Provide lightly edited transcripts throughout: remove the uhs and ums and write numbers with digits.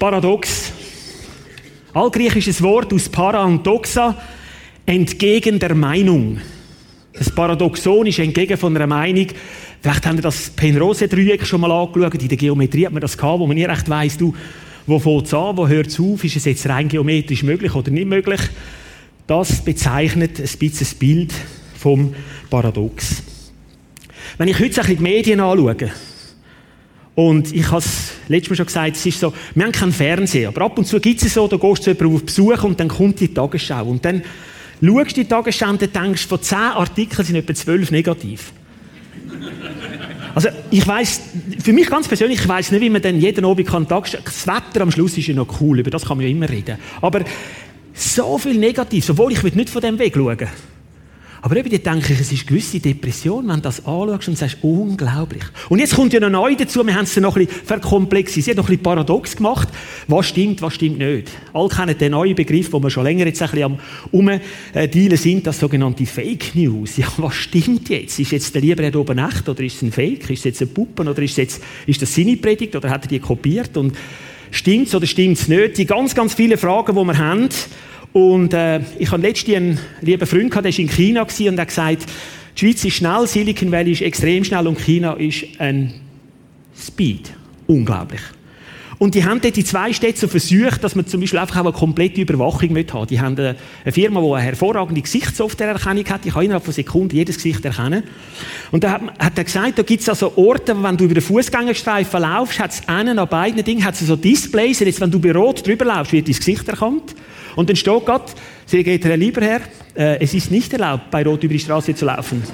Paradox. Altgriechisches Wort aus para und doxa, entgegen der Meinung. Das Paradoxon ist entgegen von einer Meinung. Vielleicht haben wir das Penrose-Dreieck schon mal angeschaut. In der Geometrie hat man das gehabt, wo man nie recht weiss, wo fängt es an, wo hört es auf, ist es jetzt rein geometrisch möglich oder nicht möglich. Das bezeichnet ein bisschen das Bild vom Paradox. Wenn ich heute ein bisschen die Medien anschaue, und ich habe es letztes Mal schon gesagt, es ist so, wir haben keinen Fernseher, aber ab und zu gibt es so, da gehst du zu jemandem auf Besuch und dann kommt die Tagesschau. Und dann schaust du die Tagesschau und dann denkst, von 10 Artikeln sind etwa 12 negativ. Also ich weiss, für mich ganz persönlich, ich weiss nicht, wie man dann jeden Abend kann das Wetter am Schluss ist ja noch cool, über das kann man ja immer reden. Aber so viel Negatives, obwohl ich nicht von dem Weg schauen. Aber eben, denke ich, es ist eine gewisse Depression, wenn du das anschaust und sagst, unglaublich. Und jetzt kommt ja noch neu dazu, wir haben es noch ein bisschen verkomplexisiert, noch ein bisschen paradox gemacht. Was stimmt nicht. Alle kennen den neuen Begriff, wo wir schon länger jetzt ein bisschen am Umdealen sind, das sogenannte Fake News. Ja, was stimmt jetzt? Ist jetzt der Lieber oben echt oder ist es ein Fake? Ist es jetzt eine Puppe oder ist das seine Predigt oder hat er die kopiert? Und stimmt's oder stimmt's nicht? Die ganz, ganz viele Fragen, die wir haben. Und ich hatte letztens einen lieben Freund, der war in China und hat gesagt, die Schweiz ist schnell, Silicon Valley ist extrem schnell und China ist ein Speed. Unglaublich. Und die haben dort in 2 Städten so versucht, dass man zum Beispiel einfach auch eine komplette Überwachung haben will. Die haben eine Firma, die eine hervorragende Gesichtssoftwareerkennung hat. Die kann innerhalb von Sekunden jedes Gesicht erkennen. Und da hat er gesagt, da gibt es also Orte, wenn du über den Fußgängerstreifen laufst, hat es an beiden Dingen hat's so Displays. Und jetzt, wenn du bei Rot drüber laufst, wird dein Gesicht erkannt. Und dann steht gerade, sehr geehrter Herr Lieberherr, es ist nicht erlaubt, bei Rot über die Straße zu laufen.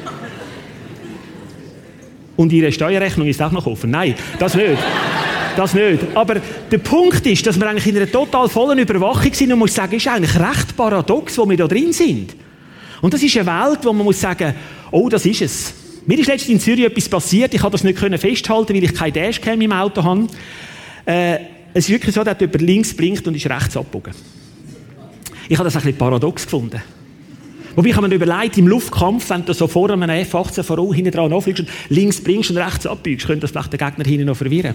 Und Ihre Steuerrechnung ist auch noch offen. Nein, das nicht. Das nicht. Aber der Punkt ist, dass wir eigentlich in einer total vollen Überwachung sind und man muss sagen, es ist eigentlich recht paradox, wo wir da drin sind. Und das ist eine Welt, wo man muss sagen, oh, das ist es. Mir ist letztens in Zürich etwas passiert, ich konnte das nicht festhalten, weil ich kein Dashcam im Auto habe. Es ist wirklich so, dass jemand links blinkt und ist rechts abgebogen. Ich habe das ein bisschen paradox gefunden. Wobei ich habe mir überlegt, im Luftkampf, wenn du so vor einem F-18 voraus hinten dran anfliegst und links blinkst und rechts abbiegst, könnte das vielleicht den Gegner hinten noch verwirren.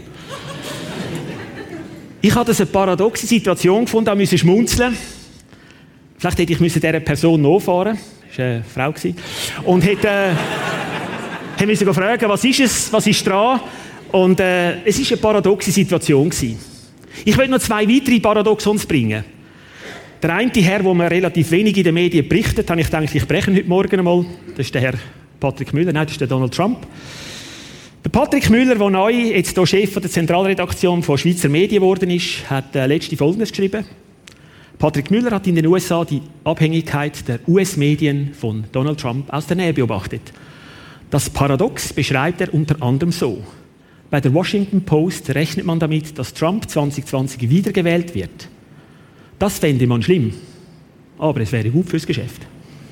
Ich habe das eine paradoxe Situation gefunden, da musste ich schmunzeln. Vielleicht hätte ich dieser Person nachfahren müssen. Das war eine Frau. Und hätte müssen fragen, was ist es, was ist dran? Und es war eine paradoxe Situation gewesen. Ich will noch 2 weitere Paradoxons bringen. Der eine Herr, wo man relativ wenig in den Medien berichtet, habe ich gedacht, ich breche heute Morgen einmal. Das ist der Herr Patrick Müller, nein, das ist der Donald Trump. Der Patrick Müller, der neu jetzt hier Chef der Zentralredaktion von Schweizer Medien geworden ist, hat letzte Folgendes geschrieben. Patrick Müller hat in den USA die Abhängigkeit der US-Medien von Donald Trump aus der Nähe beobachtet. Das Paradox beschreibt er unter anderem so. Bei der Washington Post rechnet man damit, dass Trump 2020 wiedergewählt wird. Das fände man schlimm, aber es wäre gut fürs Geschäft.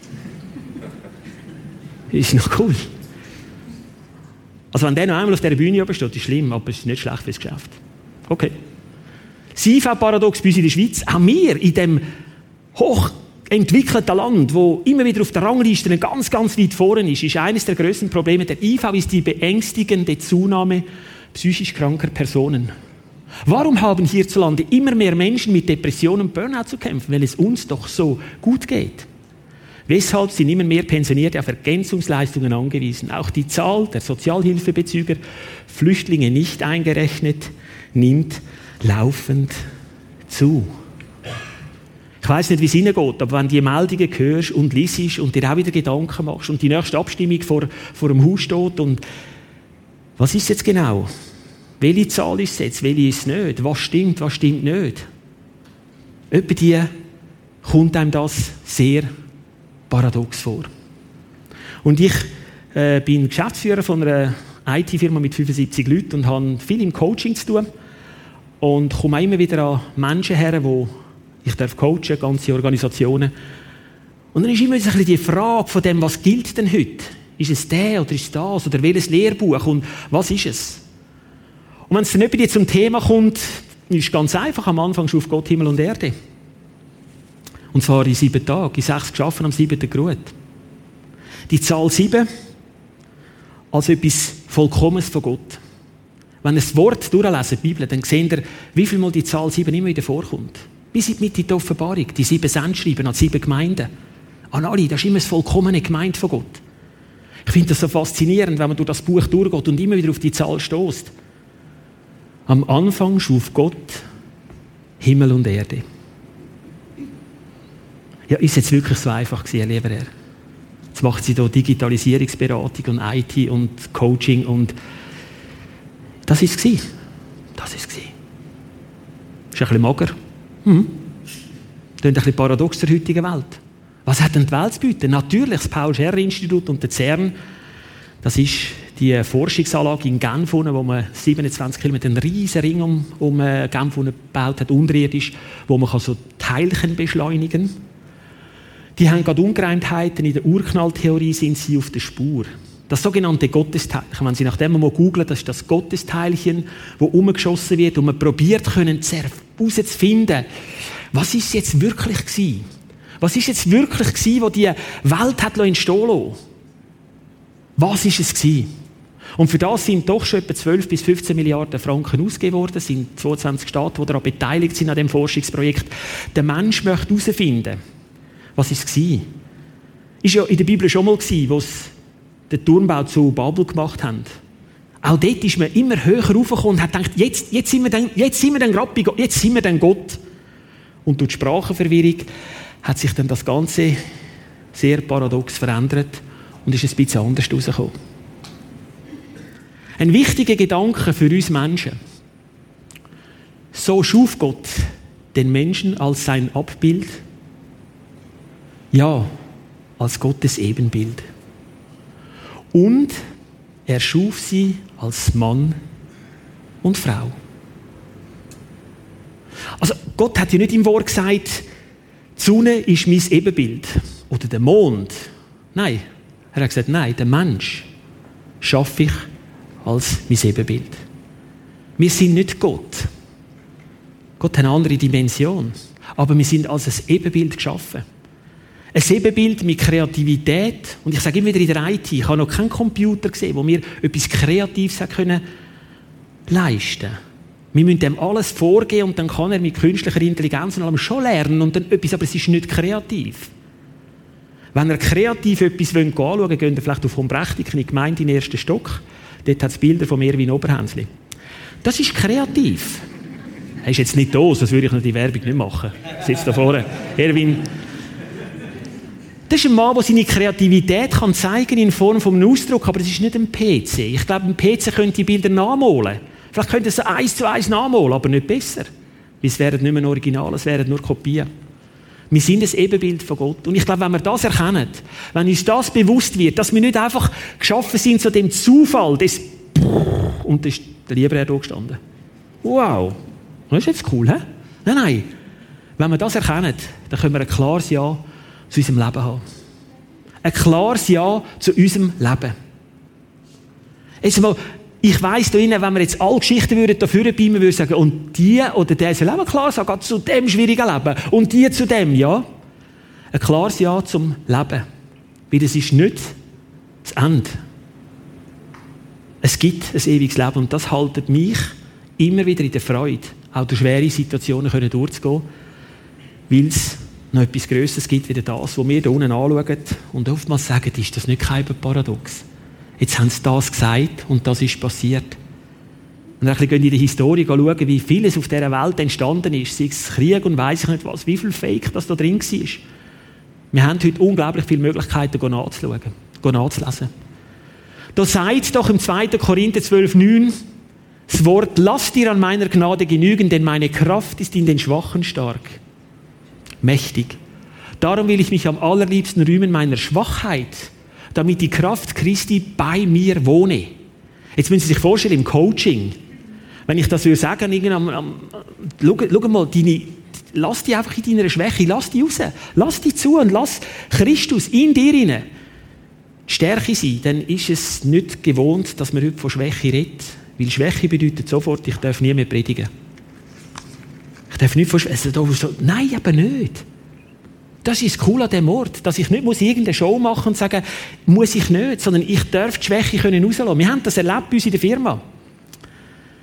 Ist noch cool. Also wenn der noch einmal auf dieser Bühne oben steht, ist schlimm, aber es ist nicht schlecht fürs Geschäft. Okay. Das IV-Paradox bei uns in der Schweiz, auch wir in dem hochentwickelten Land, wo immer wieder auf der Rangliste ganz, ganz weit vorne ist eines der grössten Probleme. Der IV ist die beängstigende Zunahme psychisch kranker Personen. Warum haben hierzulande immer mehr Menschen mit Depressionen und Burnout zu kämpfen, weil es uns doch so gut geht? Weshalb sind immer mehr Pensionierte auf Ergänzungsleistungen angewiesen? Auch die Zahl der Sozialhilfebezüger, Flüchtlinge nicht eingerechnet, nimmt laufend zu. Ich weiss nicht, wie es Ihnen geht, aber wenn du die Meldungen hörst und liest und dir auch wieder Gedanken machst und die nächste Abstimmung vor dem Haus steht und was ist jetzt genau? Welche Zahl ist es jetzt? Welche ist es nicht? Was stimmt nicht? Etwa die kommt einem das sehr paradox vor. Und ich bin Geschäftsführer von einer IT-Firma mit 75 Leuten und habe viel im Coaching zu tun und komme auch immer wieder an Menschen her, die ich coachen darf, ganze Organisationen. Und dann ist immer ein bisschen die Frage von dem, was gilt denn heute? Ist es der oder ist es das? Oder welches Lehrbuch? Und was ist es? Und wenn es dann nicht zum Thema kommt, ist es ganz einfach. Am Anfang schuf Gott Himmel und Erde. Und zwar in 7 Tagen, in 6 geschaffen, am 7. geruht. Die Zahl 7 als etwas Vollkommenes von Gott. Wenn ihr das Wort durchlesen, die Bibel, dann seht ihr, wie viel Mal die Zahl 7 immer wieder vorkommt. Bis in die Mitte der Offenbarung. Die 7 Sendschreiben an 7 Gemeinden. An alle, das ist immer das vollkommene Gemeinde von Gott. Ich finde das so faszinierend, wenn man durch das Buch durchgeht und immer wieder auf die Zahl stößt. Am Anfang schuf Gott Himmel und Erde. Ja, ist jetzt wirklich so einfach gewesen, lieber Herr. Jetzt macht sie hier Digitalisierungsberatung und IT und Coaching und das ist es. Das ist es. Ist ein bisschen mager. Klingt ein bisschen paradox zur heutigen Welt. Was hat denn die Welt zu bieten? Natürlich das Paul-Scherrer-Institut und der CERN. Das ist die Forschungsanlage in Genf, wo man 27 Kilometer einen riesen Ring um Genf gebaut hat, unterirdisch, wo man so Teilchen beschleunigen kann. Die haben gerade Ungereimtheiten. In der Urknalltheorie sind sie auf der Spur. Das sogenannte Gottesteilchen, wenn Sie nach dem mal googeln, das ist das Gottesteilchen, das umgeschossen wird und man probiert herauszufinden, was ist es jetzt wirklich gewesen? Was ist jetzt wirklich gewesen, was die Welt hat entstehen lassen? Was ist es gewesen? Und für das sind doch schon etwa 12 bis 15 Milliarden Franken ausgegeben worden. Es sind 22 Staaten, die daran beteiligt sind an dem Forschungsprojekt. Der Mensch möchte herausfinden, was ist es gewesen? Ist ja in der Bibel schon mal gewesen, wo es den Turmbau zu Babel gemacht haben. Auch dort ist man immer höher raufgekommen und hat gedacht, jetzt sind wir dann Gott. Und durch die Sprachenverwirrung hat sich dann das Ganze sehr paradox verändert und ist ein bisschen anders herausgekommen. Ein wichtiger Gedanke für uns Menschen. So schuf Gott den Menschen als sein Abbild, ja, als Gottes Ebenbild. Und er schuf sie als Mann und Frau. Also Gott hat ja nicht im Wort gesagt, die Sonne ist mein Ebenbild oder der Mond. Nein, er hat gesagt, nein, den Mensch schaffe ich als mein Ebenbild. Wir sind nicht Gott. Gott hat eine andere Dimension. Aber wir sind als ein Ebenbild geschaffen. Ein Ebenbild mit Kreativität. Und ich sage immer wieder in der IT, ich habe noch keinen Computer gesehen, wo mir etwas Kreatives können leisten können. Wir müssen dem alles vorgeben und dann kann er mit künstlicher Intelligenz und allem schon lernen und dann etwas, aber es ist nicht kreativ. Wenn er kreativ etwas anschauen will, gehen wir vielleicht auf Humbrechtiken in die Gemeinde in den ersten Stock. Dort hat es Bilder von Erwin Oberhänzli. Das ist kreativ. Er ist jetzt nicht da, sonst würde ich noch die Werbung nicht machen. Er sitzt da vorne. Erwin. Das ist ein Mann, der seine Kreativität kann zeigen in Form von einem Ausdruck, aber es ist nicht ein PC. Ich glaube, ein PC könnte die Bilder nachmalen. Vielleicht könnte er sie 1:1 nachmalen, aber nicht besser. Weil es wären nicht mehr Originale, es wären nur Kopien. Wir sind ein Ebenbild von Gott. Und ich glaube, wenn wir das erkennen, wenn uns das bewusst wird, dass wir nicht einfach geschaffen sind zu dem Zufall des und da ist der Lieber da gestanden. Wow, das ist jetzt cool, hä? Nein. Wenn wir das erkennen, dann können wir ein klares Ja zu unserem Leben haben. Ein klares Ja zu unserem Leben. Jetzt mal, ich weiss da innen, wenn wir jetzt alle Geschichten dafür beamen würden, sagen, und die oder der soll Leben klar sagen, zu dem schwierigen Leben. Und die zu dem, ja. Ein klares Ja zum Leben. Weil das ist nicht das Ende. Es gibt ein ewiges Leben und das haltet mich immer wieder in der Freude, auch durch schwere Situationen durchzugehen, weil es noch etwas Grösseres gibt, wie das, was wir hier unten anschauen und oftmals sagen, ist das nicht kein Paradox. Jetzt haben sie das gesagt und das ist passiert. Und dann gehen wir in die Historie schauen, wie vieles auf dieser Welt entstanden ist, sei es Krieg und weiss ich nicht was, wie viel Fake das da drin war. Wir haben heute unglaublich viele Möglichkeiten, nachzuschauen, nachzulesen. Da sagt doch im 2. Korinther 12,9 das Wort, lass dir an meiner Gnade genügen, denn meine Kraft ist in den Schwachen stark. Mächtig. Darum will ich mich am allerliebsten rühmen meiner Schwachheit, damit die Kraft Christi bei mir wohne. Jetzt müssen Sie sich vorstellen, im Coaching, wenn ich das sagen würde, schau mal, lass die einfach in deiner Schwäche, lass die raus, lass die zu und lass Christus in dir rein Stärke sein, dann ist es nicht gewohnt, dass man heute von Schwäche redet, weil Schwäche bedeutet sofort, ich darf nie mehr predigen. Ich darf nicht von Schwäche, nein, aber nicht. Das ist cool an diesem Ort, dass ich nicht irgendeine Show machen und sagen, muss ich nicht, sondern ich darf die Schwäche rauslassen. Wir haben das erlebt bei uns in der Firma.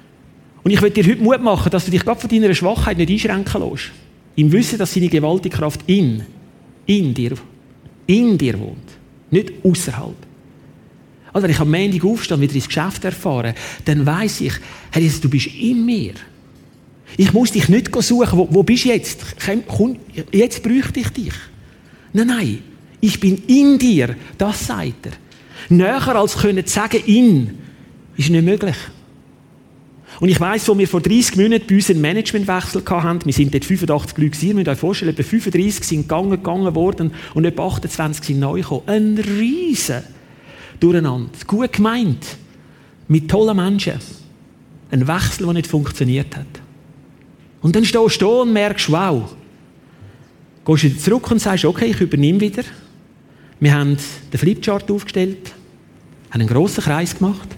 Und ich will dir heute Mut machen, dass du dich gerade von deiner Schwachheit nicht einschränken lässt. Im Wissen, dass seine gewaltige Kraft in dir wohnt. Nicht außerhalb. Also wenn ich am Montag aufstehe und wieder ins Geschäft erfahre, dann weiss ich, Herr Jesus, du bist in mir. Ich muss dich nicht suchen, wo bist du jetzt? Komm, jetzt bräuchte ich dich. Nein, ich bin in dir, das sagt er. Näher als können sagen, ist nicht möglich. Und ich weiss, wo wir vor 30 Monaten bei uns einen Managementwechsel hatten, wir sind dort 85 Leute, ihr müsst euch vorstellen, etwa 35 sind gegangen worden und etwa 28 sind neu gekommen. Ein riesen Durcheinander. Gut gemeint. Mit tollen Menschen. Ein Wechsel, der nicht funktioniert hat. Und dann stehst du und merkst, wow. Gehst wieder zurück und sagst, okay, ich übernehme wieder. Wir haben den Flipchart aufgestellt, haben einen grossen Kreis gemacht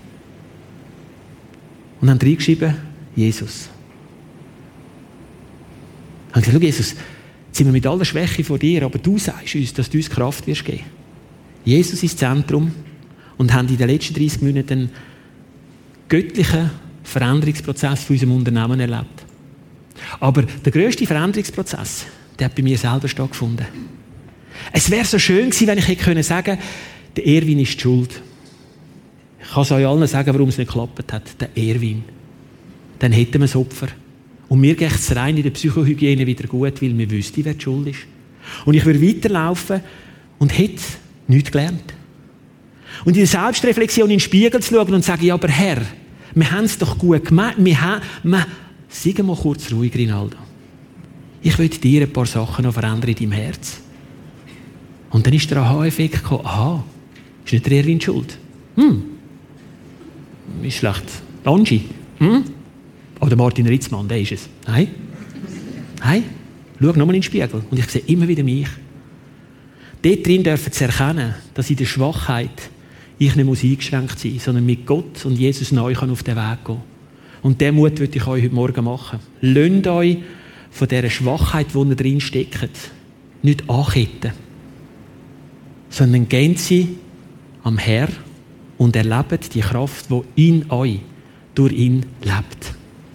und haben reingeschrieben, Jesus. Ich habe gesagt, Jesus, jetzt sind wir mit aller Schwäche vor dir, aber du sagst uns, dass du uns Kraft wirst geben. Jesus ist das Zentrum und haben in den letzten 30 Monaten einen göttlichen Veränderungsprozess für unserem Unternehmen erlebt. Aber der grösste Veränderungsprozess, der hat bei mir selber stattgefunden. Es wäre so schön gewesen, wenn ich hätte sagen können, der Erwin ist die Schuld. Ich kann es euch allen sagen, warum es nicht geklappt hat. Der Erwin. Dann hätten wir das Opfer. Und mir geht es rein in der Psychohygiene wieder gut, weil wir wüssten, wer die Schuld ist. Und ich würde weiterlaufen und hätte nichts gelernt. Und in der Selbstreflexion in den Spiegel zu schauen und zu sagen, ja, aber Herr, wir haben es doch gut gemacht. Sag mal kurz ruhig, Rinaldo. Ich will dir ein paar Sachen noch verändern in deinem Herz. Und dann ist der Aha-Effekt gekommen. Aha, ist nicht der Erwin schuld. Ist schlecht. Angie. Aber der Martin Ritzmann, der ist es. Nein. Schau nochmal in den Spiegel. Und ich sehe immer wieder mich. Dort drin dürfen sie erkennen, dass in der Schwachheit ich nicht eingeschränkt sein muss, sondern mit Gott und Jesus neu auf den Weg gehen. Und diesen Mut würde ich euch heute Morgen machen. Lasst euch von dieser Schwachheit, die ihr drin steckt, nicht anketten, sondern geht sie am Herr und erlebt die Kraft, die in euch, durch ihn lebt.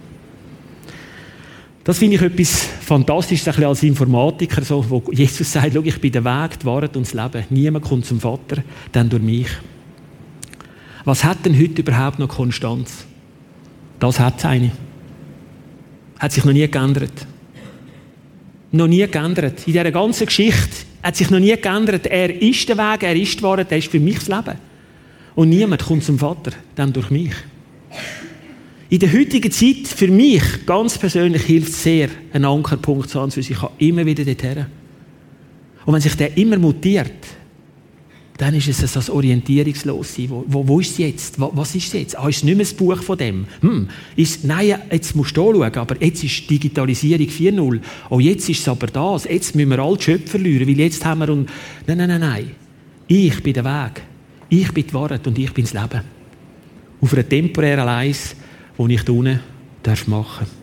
Das finde ich etwas Fantastisches, ein bisschen als Informatiker, so, wo Jesus sagt, schau, ich bin der Weg, die Wahrheit und das Leben. Niemand kommt zum Vater, dann durch mich. Was hat denn heute überhaupt noch Konstanz? Das hat es eine. Hat sich noch nie geändert. Noch nie geändert. In dieser ganzen Geschichte hat sich noch nie geändert. Er ist der Weg, er ist die Wahrheit, er ist für mich das Leben. Und niemand kommt zum Vater, dann durch mich. In der heutigen Zeit, für mich ganz persönlich, hilft es sehr, einen Ankerpunkt zu haben, weil ich kann immer wieder dorthin. Und wenn sich der immer mutiert, dann ist es das Orientierungslossein. Wo ist es jetzt? Was ist es jetzt? Ist es nicht mehr das Buch von dem? Nein, jetzt musst du schauen, aber jetzt ist Digitalisierung 4.0. Oh, jetzt ist es aber das. Jetzt müssen wir alle die Schöpfer verlieren, weil jetzt haben wir... Nein. Ich bin der Weg. Ich bin die Wahrheit und ich bin das Leben. Auf einer temporären Leise, die ich da unten machen darf.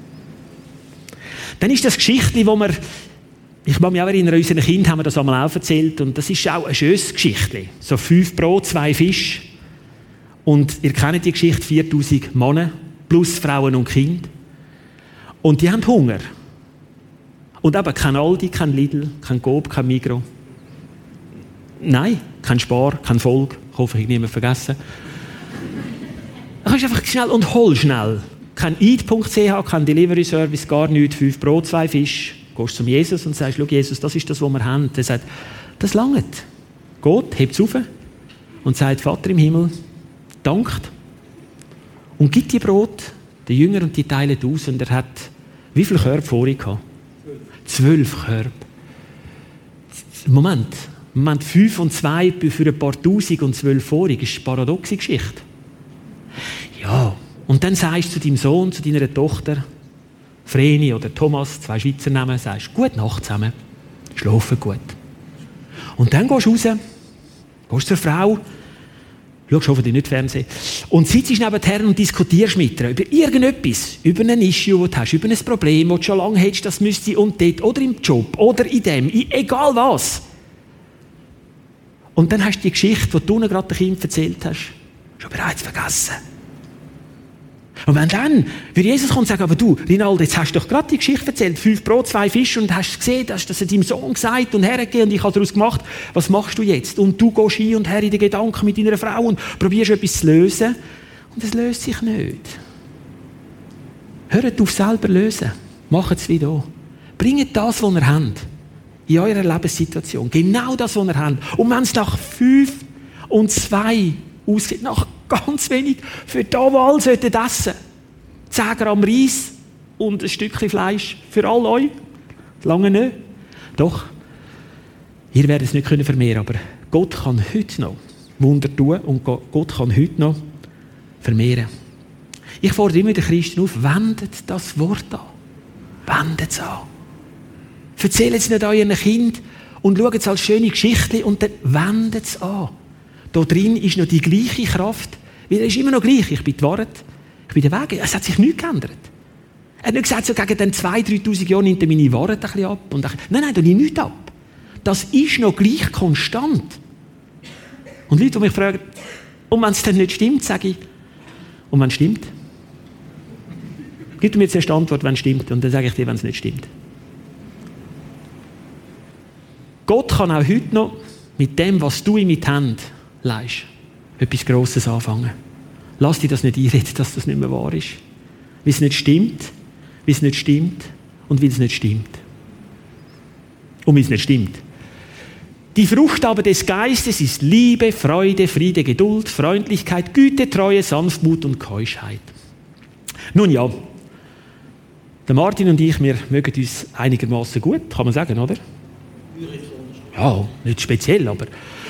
Dann ist das Geschichtchen, wo wir... Ich kann mich auch erinnern, unseren Kindern haben wir das einmal auch erzählt. Und das ist auch ein schönes Geschichtchen. So 5 Brot, 2 Fische. Und ihr kennt die Geschichte, 4000 Männer plus Frauen und Kinder. Und die haben Hunger. Und eben kein Aldi, kein Lidl, kein Coop, kein Migros. Nein, kein Spar, kein Volk. Ich hoffe, ich habe niemanden vergessen. Du kannst einfach schnell und hol schnell. Kein Eat.ch, kein Delivery Service, gar nichts. 5 Brot, 2 Fische. Gehst zum Jesus und sagst, schau Jesus, das ist das, was wir haben. Der sagt, das langt. Gott hebt es auf und sagt, Vater im Himmel, dankt und gibt die Brot den Jüngern und die teilen aus. Und er hat, wie viele Körbe vorher gehabt? 12 Körbe. Moment, 5 und 2 für ein paar Tausend und 12 vorig, ist eine paradoxe Geschichte. Ja, und dann sagst du zu deinem Sohn, zu deiner Tochter, Vreni oder Thomas, 2 Schweizer Namen, sagst, gute Nacht zusammen, schlafen gut. Und dann gehst du raus, gehst zur Frau, schaust hoffentlich nicht Fernsehen, und sitzt nebenher und diskutierst mit ihr über irgendetwas, über ein Issue, das du hast, über ein Problem, das du schon lange hättest, das müsste und dort, oder im Job, oder in dem, egal was. Und dann hast du die Geschichte, die du gerade dem Kind erzählt hast, schon bereits vergessen. Und wenn dann würde Jesus kommen und sagen, aber du, Rinaldo, jetzt hast du doch gerade die Geschichte erzählt, 5 Brot, 2 Fische und hast gesehen, dass das deinem Sohn gesagt und hergegeben und ich habe daraus gemacht, was machst du jetzt? Und du gehst hin und her in den Gedanken mit deiner Frau und probierst etwas zu lösen und es löst sich nicht. Hört auf selber lösen. Macht es wie hier. Bringt das, was ihr habt, in eurer Lebenssituation. Genau das, was ihr habt. Und wenn es nach 5 und 2 aussieht, nach ganz wenig, für da, wo alle essen sollten, 10 Gramm Reis und ein Stückchen Fleisch für alle euch. Lange nicht. Doch, ihr werdet es nicht vermehren können, aber Gott kann heute noch Wunder tun und Gott kann heute noch vermehren. Ich fordere immer den Christen auf, wendet das Wort an. Wendet es an. Erzählt es nicht euren Kind und schaut es als schöne Geschichte und dann wendet es an. Da drin ist noch die gleiche Kraft, weil er ist immer noch gleich. Ich bin die Wahrheit, ich bin der Weg. Es hat sich nichts geändert. Er hat nicht gesagt, so gegen den 2'000, 3'000 Jahren nimmt er meine Wahrheit ein bisschen ab. Und nein, da nimmt nichts ab. Das ist noch gleich konstant. Und Leute, die mich fragen, und wenn es dann nicht stimmt, sage ich, und wenn es stimmt? Gib mir jetzt erst die Antwort, wenn es stimmt, und dann sage ich dir, wenn es nicht stimmt. Gott kann auch heute noch mit dem, was du in mit Hand leist, etwas Grosses anfangen. Lass dich das nicht einreden, dass das nicht mehr wahr ist. Weil es nicht stimmt, weil es nicht stimmt und weil es nicht stimmt. Und weil es nicht stimmt. Die Frucht aber des Geistes ist Liebe, Freude, Friede, Geduld, Freundlichkeit, Güte, Treue, Sanftmut und Keuschheit. Nun ja, der Martin und ich, wir mögen uns einigermaßen gut, kann man sagen, oder? Ja, nicht speziell, aber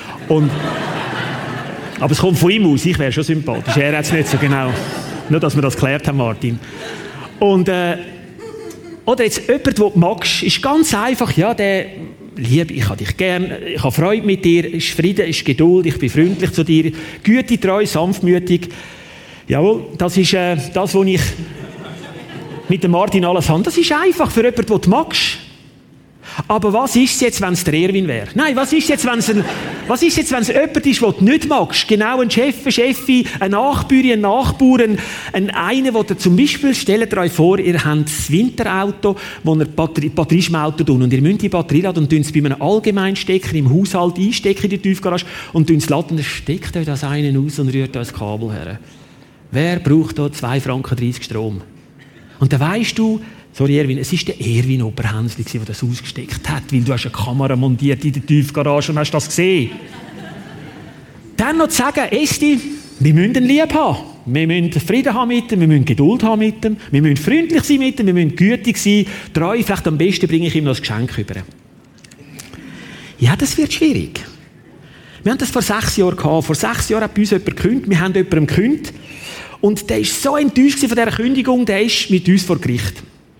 es kommt von ihm aus, ich wäre schon sympathisch, er hat es nicht so genau. Nur, dass wir das geklärt haben, Martin. Und, oder jetzt jemand, den du magst, ist ganz einfach, ja, der Liebe, ich habe dich gern, ich habe Freude mit dir, ist Frieden, ist Geduld, ich bin freundlich zu dir, Güte, treu, sanftmütig. Jawohl, das ist das, was ich mit dem Martin alles habe. Das ist einfach für jemanden, den du magst. Aber was ist es jetzt, wenn es der Erwin wäre? Nein, was ist jetzt, wenn es jemand ist, den du nicht magst? Genau ein Chef, eine Chefin, eine Nachbürin, ein Nachbar, einer, der zum Beispiel, stellt euch vor, ihr habt das Winterauto, wo ihr Batterie schmelzt und ihr müsst die Batterie laden und es bei einem Allgemeinstecker im Haushalt einstecken in die Tiefgarage und es laden und dann steckt euch das einen aus und rührt euch das Kabel her. Wer braucht da 2,30 Franken Strom? Und dann weisst du, sorry Erwin, es war der Erwin Oberhänsli, der das ausgesteckt hat, weil du hast eine Kamera montiert in der Tiefgarage und hast das gesehen. Dann noch zu sagen, Esti, wir müssen ihn lieb haben. Wir müssen Frieden haben mit ihm, wir müssen Geduld haben mit ihm, wir müssen freundlich sein mit ihm, wir müssen gütig sein, treu, vielleicht am besten bringe ich ihm noch ein Geschenk über. Ja, das wird schwierig. Wir haben das vor 6 Jahren gehabt. Vor 6 Jahren hat bei uns jemand gekündigt, wir haben jemanden gekündigt und der war so enttäuscht von dieser Kündigung, der ist mit uns vor Gericht.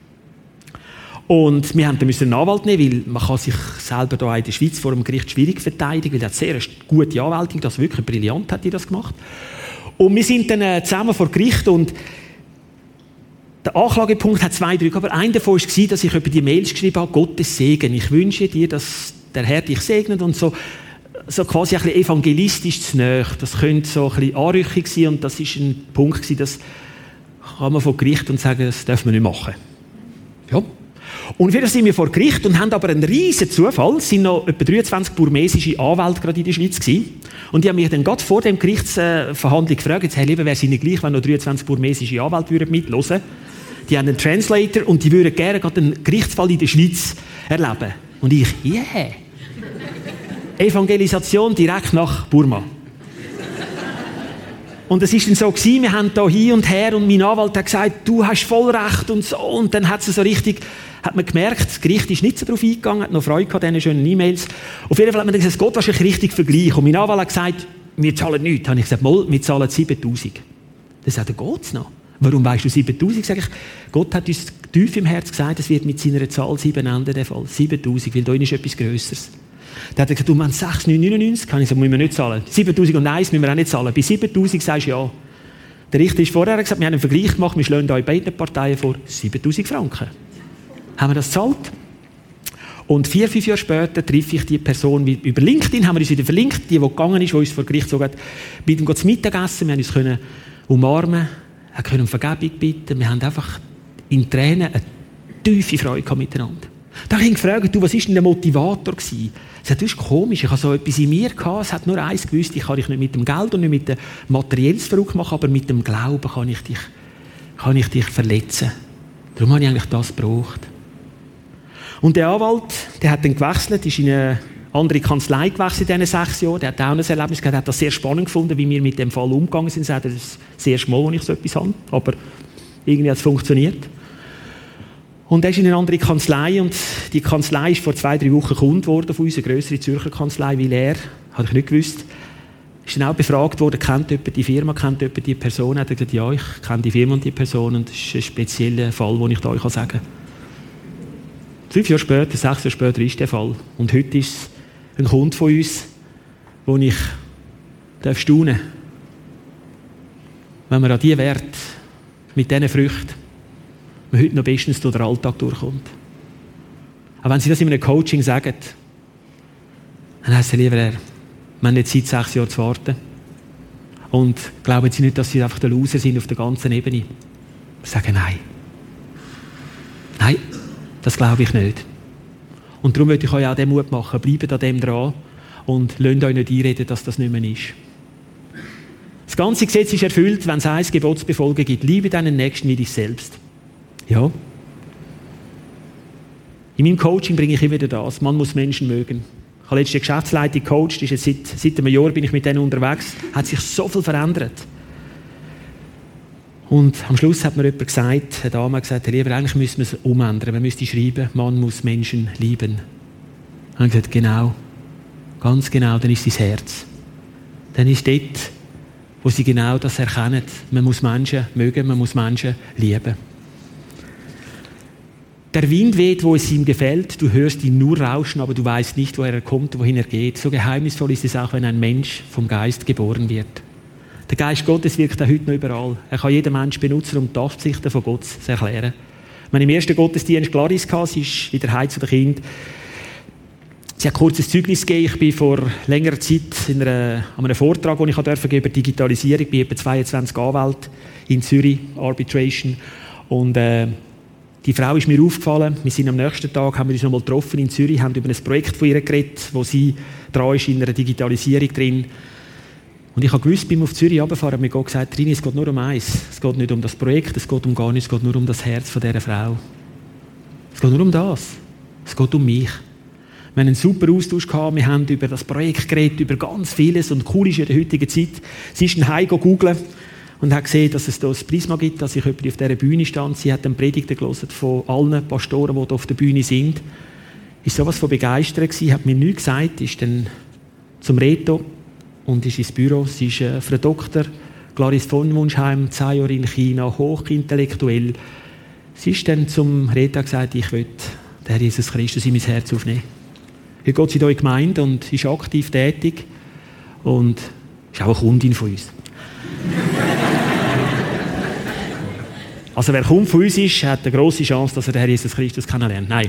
Und wir mussten einen Anwalt nehmen, weil man kann sich selber hier in der Schweiz vor dem Gericht schwierig verteidigen, weil er hat sehr gute Anwältin, das wirklich brillant hat die das gemacht. Und wir sind dann zusammen vor Gericht und der Anklagepunkt hat 2, 3, aber einer davon war, dass ich über die Mails geschrieben habe, Gottes Segen, ich wünsche dir, dass der Herr dich segnet und so quasi ein bisschen evangelistisch zu nahe. Das könnte so ein bisschen anrüchig sein und das ist ein Punkt gewesen, das kann man vor Gericht und sagen, das darf man nicht machen. Ja. Und wir sind vor Gericht und haben aber einen riesen Zufall. Es sind noch etwa 23 burmesische Anwälte gerade in der Schweiz gewesen. Und die haben mich dann gerade vor dem Gerichtsverhandlung gefragt, jetzt, Herr Lieber, wäre es Ihnen gleich, wenn noch 23 burmesische Anwälte mithören würden? Die haben einen Translator und die würden gerne gerade einen Gerichtsfall in der Schweiz erleben. Und ich, yeah! Evangelisation direkt nach Burma. Und es war dann so gewesen, wir haben da hin und her und mein Anwalt hat gesagt, du hast voll recht und so. Und dann hat man gemerkt, das Gericht ist nicht so darauf eingegangen, hat noch Freude gehabt, diesen schönen E-Mails. Auf jeden Fall hat man gesagt, es geht wahrscheinlich richtig Vergleich. Und mein Anwalt hat gesagt, wir zahlen nichts. Dann habe ich gesagt, mal, wir zahlen 7'000. Dann sagt er, geht's noch? Warum weißt du 7'000? Sag ich, Gott hat uns tief im Herz gesagt, es wird mit seiner Zahl 7 enden, der Fall. 7'000, weil da ist etwas Grösseres. Dann hat er gesagt, du meinst 6'999? Kann ich sagen, müssen wir nicht zahlen. 7'001 müssen wir auch nicht zahlen. Bei 7'000 sagst du ja. Der Richter ist vorher gesagt, wir haben einen Vergleich gemacht, wir schlagen euch beiden Parteien vor 7'000 Franken. Haben wir das gezahlt? Und 4, 5 Jahre später treffe ich die Person über LinkedIn, haben wir uns wieder verlinkt, die gegangen ist, die uns vor Gericht so mit ihm zu Mittag essen, wir haben uns können umarmen, Er konnte um Vergebung bitten. Wir haben einfach in Tränen eine tiefe Freude gehabt miteinander. Da habe ich ihn gefragt, was war denn der Motivator gewesen? Er sagt, das ist komisch, ich habe so etwas in mir gehabt, es hat nur eins gewusst, ich kann dich nicht mit dem Geld und nicht mit dem Materielles verrückt machen, aber mit dem Glauben kann ich dich verletzen. Darum habe ich eigentlich das gebraucht. Und der Anwalt, der hat dann gewechselt, ist in eine andere Kanzlei gewechselt in diesen 6 Jahren. Der hat auch ein Erlebnis gehabt, hat das sehr spannend gefunden, wie wir mit dem Fall umgegangen sind. Er sagt, das ist das erste Mal, als ich so etwas habe, aber irgendwie hat es funktioniert. Und er ist in eine andere Kanzlei und die Kanzlei ist vor 2-3 Wochen Kunde geworden von uns, eine grössere Zürcher Kanzlei, weil er, habe ich nicht gewusst, ist dann auch befragt worden, kennt jemand die Firma, kennt jemand die Person? Er hat gesagt, ja, ich kenne die Firma und die Person und das ist ein spezieller Fall, den ich da euch sagen kann. 5 Jahre später, 6 Jahre später ist der Fall. Und heute ist es ein Kunde von uns, wo ich staunen darf, wenn man an die Werte mit diesen Früchten man heute noch bestens durch den Alltag durchkommt. Aber wenn Sie das in einem Coaching sagen, dann heisst es lieber, wir haben nicht Zeit, 6 Jahre zu warten. Und glauben Sie nicht, dass Sie einfach der Loser sind auf der ganzen Ebene. Wir sagen nein. Nein, das glaube ich nicht. Und darum möchte ich euch auch den Mut machen. Bleibt an dem dran und lasst euch nicht einreden, dass das nicht mehr ist. Das ganze Gesetz ist erfüllt, wenn es ein Gebot zu befolgen gibt. Liebe deinen Nächsten wie dich selbst. Ja. In meinem Coaching bringe ich immer wieder das. Man muss Menschen mögen. Ich habe letzte Geschäftsleitung gecoacht. Seit einem Jahr bin ich mit denen unterwegs. Hat sich so viel verändert. Und am Schluss hat mir jemand gesagt, eine Dame hat gesagt, lieber, eigentlich müssen wir es umändern. Man müsste schreiben, man muss Menschen lieben. Und ich habe gesagt, genau. Ganz genau, dann ist sein Herz. Dann ist dort, wo sie genau das erkennen. Man muss Menschen mögen, man muss Menschen lieben. Der Wind weht, wo es ihm gefällt. Du hörst ihn nur rauschen, aber du weißt nicht, woher er kommt, wohin er geht. So geheimnisvoll ist es auch, wenn ein Mensch vom Geist geboren wird. Der Geist Gottes wirkt auch heute noch überall. Er kann jeden Mensch benutzen, um die Absichten von Gott zu erklären. Wenn im ersten Gottesdienst Clarice hatte, sie ist wieder heim zu den Kindern. Sie hat kurz ein Zeugnis gegeben. Ich bin vor längerer Zeit an einem Vortrag, den ich über Digitalisierung bei etwa 22 Anwälten in Zürich, Arbitration. Und die Frau ist mir aufgefallen. Wir sind am nächsten Tag, haben wir uns noch mal getroffen in Zürich, haben über ein Projekt von ihr geredet, wo sie dran ist in einer Digitalisierung drin. Und ich habe gewusst, beim auf Zürich runterfahren, hat mir Gott gesagt, Trini, es geht nur um eins. Es geht nicht um das Projekt, es geht um gar nichts, es geht nur um das Herz von dieser Frau. Es geht nur um das. Es geht um mich. Wir haben einen super Austausch gehabt, wir haben über das Projekt geredet, über ganz vieles und cool ist in der heutigen Zeit. Sie ist dann heim googeln und hat gesehen, dass es da ein Prisma gibt, dass ich jemand auf dieser Bühne stand. Sie hat dann Predigten gelesen von allen Pastoren, die da auf der Bühne sind. Ist sowas von begeistert gewesen, hat mir nichts gesagt, ist dann zum Reto und ist ins Büro. Sie ist Frau Dr. Clarice von Wunschheim, 10 Jahre in China, hochintellektuell. Sie ist dann zum Reto gesagt, ich will den Herr Jesus Christus in mein Herz aufnehmen. Heute geht sie hier in die Gemeinde und ist aktiv tätig und ist auch eine Kundin von uns. Also wer Kunde von uns ist, hat eine grosse Chance, dass er den Herr Jesus Christus kennenlernt. Nein.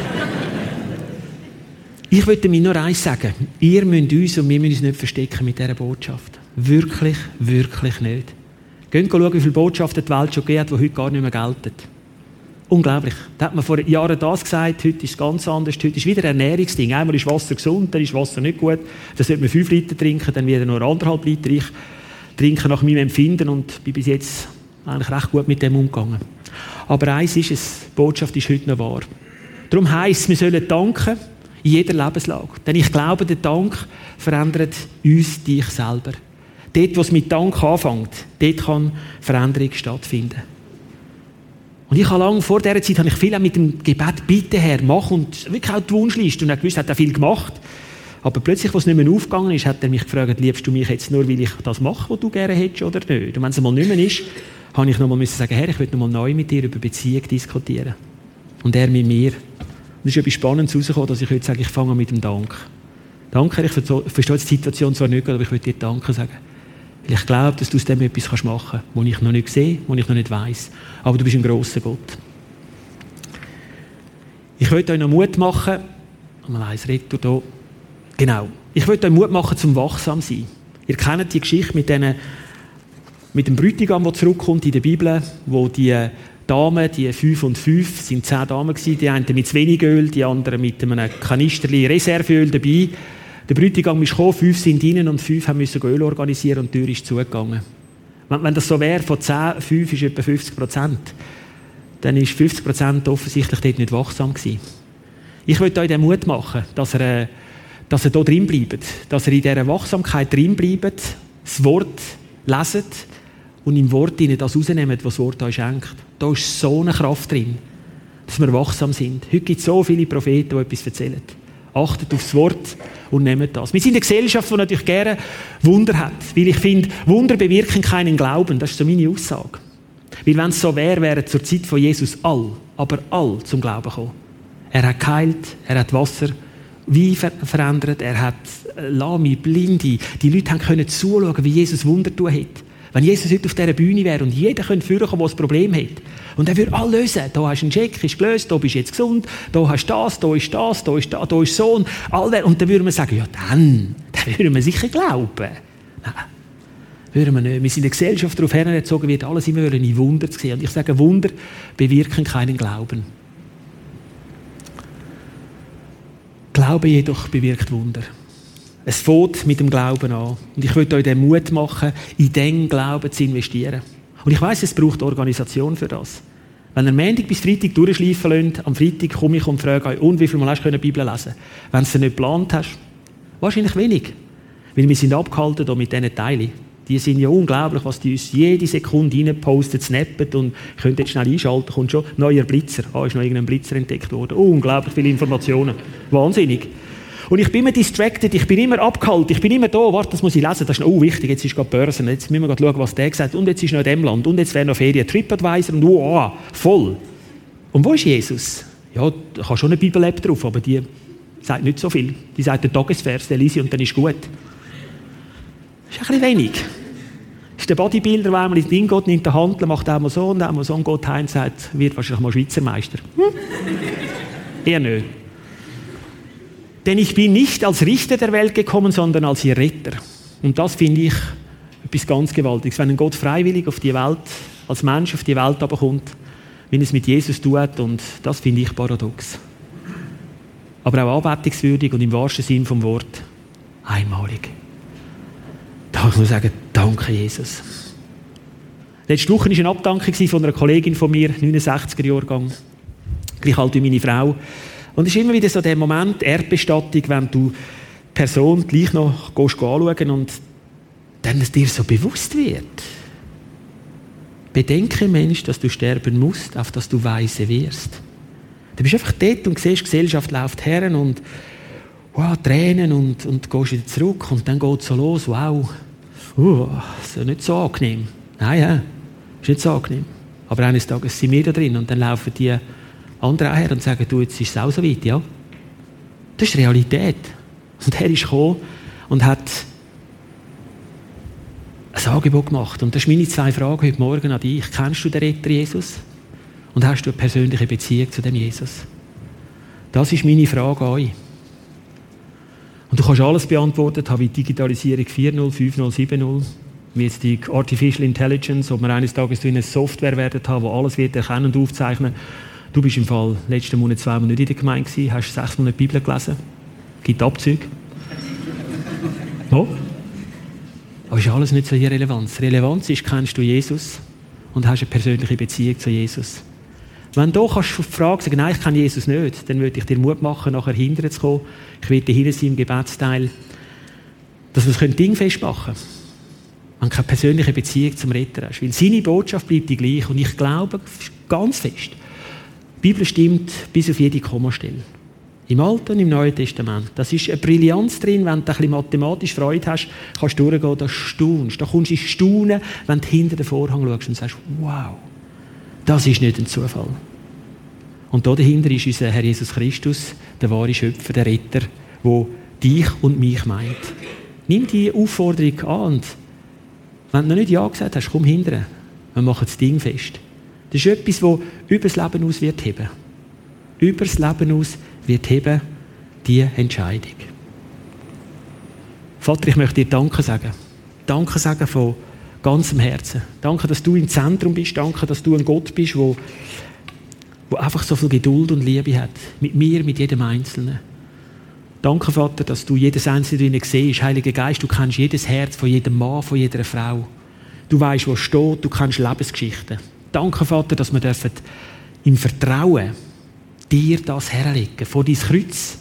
Ich wollte mir nur eins sagen. Ihr müsst uns und wir müssen uns nicht verstecken mit dieser Botschaft. Wirklich, wirklich nicht. Geht schauen, wie viele Botschaften die Welt schon gegeben hat, die heute gar nicht mehr gelten. Unglaublich. Da hat man vor Jahren das gesagt, heute ist es ganz anders. Heute ist wieder ein Ernährungsding. Einmal ist Wasser gesund, dann ist Wasser nicht gut. Dann sollte man 5 Liter trinken, dann wieder nur 1,5 Liter. Ich trinke nach meinem Empfinden und bin bis jetzt eigentlich recht gut mit dem umgegangen. Aber eins ist es, die Botschaft ist heute noch wahr. Darum heisst es, wir sollen danken in jeder Lebenslage. Denn ich glaube, der Dank verändert uns, dich selber. Dort, wo es mit Dank anfängt, dort kann Veränderung stattfinden. Und ich habe lange, vor dieser Zeit, habe ich viel auch mit dem Gebet, bitte Herr, mach, und wirklich auch die Wunschliste. Und er gewusst, hat auch viel gemacht. Aber plötzlich, als es nicht mehr aufgegangen ist, hat er mich gefragt, liebst du mich jetzt nur, weil ich das mache, was du gerne hättest, oder nicht? Und wenn es einmal nicht mehr ist, habe ich nochmal sagen, Herr, ich will nochmal neu mit dir über Beziehung diskutieren. Und er mit mir. Und es ist etwas Spannendes herausgekommen, dass ich heute sage, ich fange mit dem Dank. Danke, ich verstehe die Situation zwar nicht, aber ich will dir Danke sagen. Weil ich glaube, dass du aus dem etwas machen kannst, was ich noch nicht sehe, was ich noch nicht weiss. Aber du bist ein grosser Gott. Ich will euch noch Mut machen. Mal eins Retour hier. Genau. Ich will euch Mut machen, zum wachsam sein. Ihr kennt die Geschichte mit diesen mit dem Bräutigam, der zurückkommt in der Bibel, wo die Damen, die 5 und 5, sind 10 Damen gewesen, die einen mit zu wenig Öl, die anderen mit einem Kanisterli Reserveöl dabei. Der Bräutigam ist gekommen, 5 sind rein und 5 mussten Öl organisieren und die Tür ist zugegangen. Wenn das so wäre, von 10, 5 ist etwa 50%, dann ist 50% offensichtlich dort nicht wachsam gewesen. Ich möchte euch den Mut machen, dass ihr da drin bleibt, dass ihr in dieser Wachsamkeit drin bleibt, das Wort leset und im Wort das rausnehmt, was das Wort euch schenkt. Da ist so eine Kraft drin, dass wir wachsam sind. Heute gibt es so viele Propheten, die etwas erzählen. Achtet aufs Wort und nehmt das. Wir sind eine Gesellschaft, die natürlich gerne Wunder hat. Weil ich finde, Wunder bewirken keinen Glauben. Das ist so meine Aussage. Weil wenn es so wäre, wären zur Zeit von Jesus aber all zum Glauben gekommen. Er hat geheilt, er hat Wasser Wein verändert, er hat Lahme, Blinde. Die Leute können zuschauen, wie Jesus Wunder tun hat. Wenn Jesus heute auf dieser Bühne wäre und jeder könnte führen, der ein Problem hat. Und er würde alles lösen. Da hast du einen Check, ist gelöst, da bist du jetzt gesund, da hast du das, da ist das, da ist das, da ist so. Und dann würde man sagen, ja dann würde man sicher glauben. Nein, würden wir nicht. Wir sind in der Gesellschaft darauf hergezogen, wird alles immer in Wunder zu sehen. Und ich sage, Wunder bewirken keinen Glauben. Glaube jedoch bewirkt Wunder. Es fängt mit dem Glauben an. Und ich möchte euch den Mut machen, in den Glauben zu investieren. Und ich weiss, es braucht Organisation für das. Wenn ihr Montag bis Freitag durchschleifen lasst, am Freitag komme ich und frage euch, und wie viel Mal hast du die Bibel lesen? Wenn du es nicht geplant hast, wahrscheinlich wenig. Weil wir sind abgehalten hier mit diesen Teilen. Die sind ja unglaublich, was die uns jede Sekunde reinposten, snappen und könnt jetzt schnell einschalten, kommt schon neuer Blitzer. Ist noch irgendein Blitzer entdeckt worden. Unglaublich viele Informationen. Wahnsinnig. Und ich bin immer distracted, ich bin immer abgehalten, ich bin immer da, warte, das muss ich lesen, das ist wichtig, jetzt ist gerade Börsen, jetzt müssen wir gerade schauen, was der gesagt hat, und jetzt ist noch in dem Land, und jetzt wäre noch Ferien, TripAdvisor, und voll. Und wo ist Jesus? Ja, da kann schon eine Bibel-App drauf, aber die sagt nicht so viel. Die sagt den Tagesvers, den lese ich und dann ist gut. Das ist ein bisschen wenig. Das ist der Bodybuilder, der einmal ins Ding geht, nimmt den Handel, macht einmal so und geht heim und sagt, wird wahrscheinlich mal Schweizer Meister. Eher nicht. Denn ich bin nicht als Richter der Welt gekommen, sondern als ihr Retter. Und das finde ich etwas ganz Gewaltiges. Wenn ein Gott freiwillig auf die Welt, als Mensch auf die Welt kommt, wie er es mit Jesus tut, und das finde ich paradox. Aber auch anbetungswürdig und im wahrsten Sinn vom Wort einmalig. Da muss ich sagen, danke Jesus. Letzte Woche war eine Abdankung von einer Kollegin von mir, 69er-Jahrgang, gleich alt wie meine Frau. Und es ist immer wieder so der Moment, Erdbestattung, wenn du die Person gleich noch anschauen und dann es dir so bewusst wird. Bedenke, Mensch, dass du sterben musst, auf dass du weise wirst. Du bist einfach dort und siehst, die Gesellschaft läuft her und Tränen und gehst wieder zurück und dann geht es so los, wow, das ist nicht so angenehm. Nein, ja, ist nicht so angenehm. Aber eines Tages sind wir da drin und dann laufen die andere her und sagen, du, jetzt ist es auch so weit, ja. Das ist Realität. Und er ist gekommen und hat ein Angebot gemacht. Und das sind meine 2 Fragen heute Morgen an dich. Kennst du den Retter Jesus? Und hast du eine persönliche Beziehung zu dem Jesus? Das ist meine Frage an euch. Und du kannst alles beantwortet haben, wie Digitalisierung 4.0, 5.0, 7.0, wie jetzt die Artificial Intelligence, ob wir eines Tages eine Software werden haben, die alles wird erkennen und aufzeichnen. Du bist im Fall letzten Monat 2 Monate nicht in der Gemeinde gewesen, hast 6 Monate die Bibel gelesen. Gibt Abzüge. No? Aber ist alles nicht so irrelevant. Relevanz ist, kennst du Jesus und hast eine persönliche Beziehung zu Jesus. Wenn du kannst auf die Frage sagen, nein, ich kenne Jesus nicht, dann würde ich dir Mut machen, nachher hinterher zu kommen. Ich werde hier sein im Gebetsteil, dass wir das Ding festmachen können. Wenn du keine persönliche Beziehung zum Retter hast. Weil seine Botschaft bleibt die gleiche. Und ich glaube ganz fest, die Bibel stimmt bis auf jede Kommastelle. Im Alten und im Neuen Testament. Das ist eine Brillanz drin, wenn du ein bisschen mathematisch Freude hast, kannst du durchgehen, da staunst. Da kommst du ins Staunen, wenn du hinter den Vorhang schaust und sagst, wow, das ist nicht ein Zufall. Und da dahinter ist unser Herr Jesus Christus, der wahre Schöpfer, der Retter, der dich und mich meint. Nimm die Aufforderung an und wenn du noch nicht Ja gesagt hast, komm hinterher. Wir machen das Ding fest. Das ist etwas, das über das Leben aus wird heben. Über das Leben aus wird heben diese Entscheidung. Vater, ich möchte dir Danke sagen. Danke sagen von Ganz im Herzen. Danke, dass du im Zentrum bist. Danke, dass du ein Gott bist, wo einfach so viel Geduld und Liebe hat. Mit mir, mit jedem Einzelnen. Danke, Vater, dass du jedes Einzelne drinnen siehst. Heiliger Geist, du kennst jedes Herz von jedem Mann, von jeder Frau. Du weißt, wo steht, du kennst Lebensgeschichten. Danke, Vater, dass wir im Vertrauen dir das herlegen, vor dein Kreuz.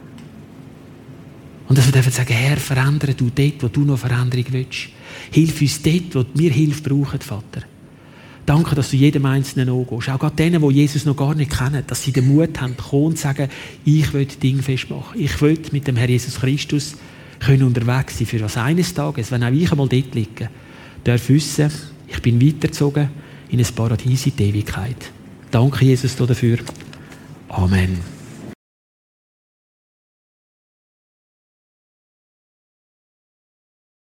Und dass wir dürfen sagen, Herr, verändere du dort, wo du noch Veränderung willst. Hilf uns dort, wo wir Hilfe brauchen, Vater. Danke, dass du jedem Einzelnen angehst. Auch gerade denen, die Jesus noch gar nicht kennen, dass sie den Mut haben, kommen und sagen, ich will Dinge festmachen. Ich will mit dem Herr Jesus Christus unterwegs sein, für was eines Tages, wenn auch ich einmal dort liege, darf wissen, ich bin weitergezogen in ein Paradies in die Ewigkeit. Danke, Jesus, dafür. Amen.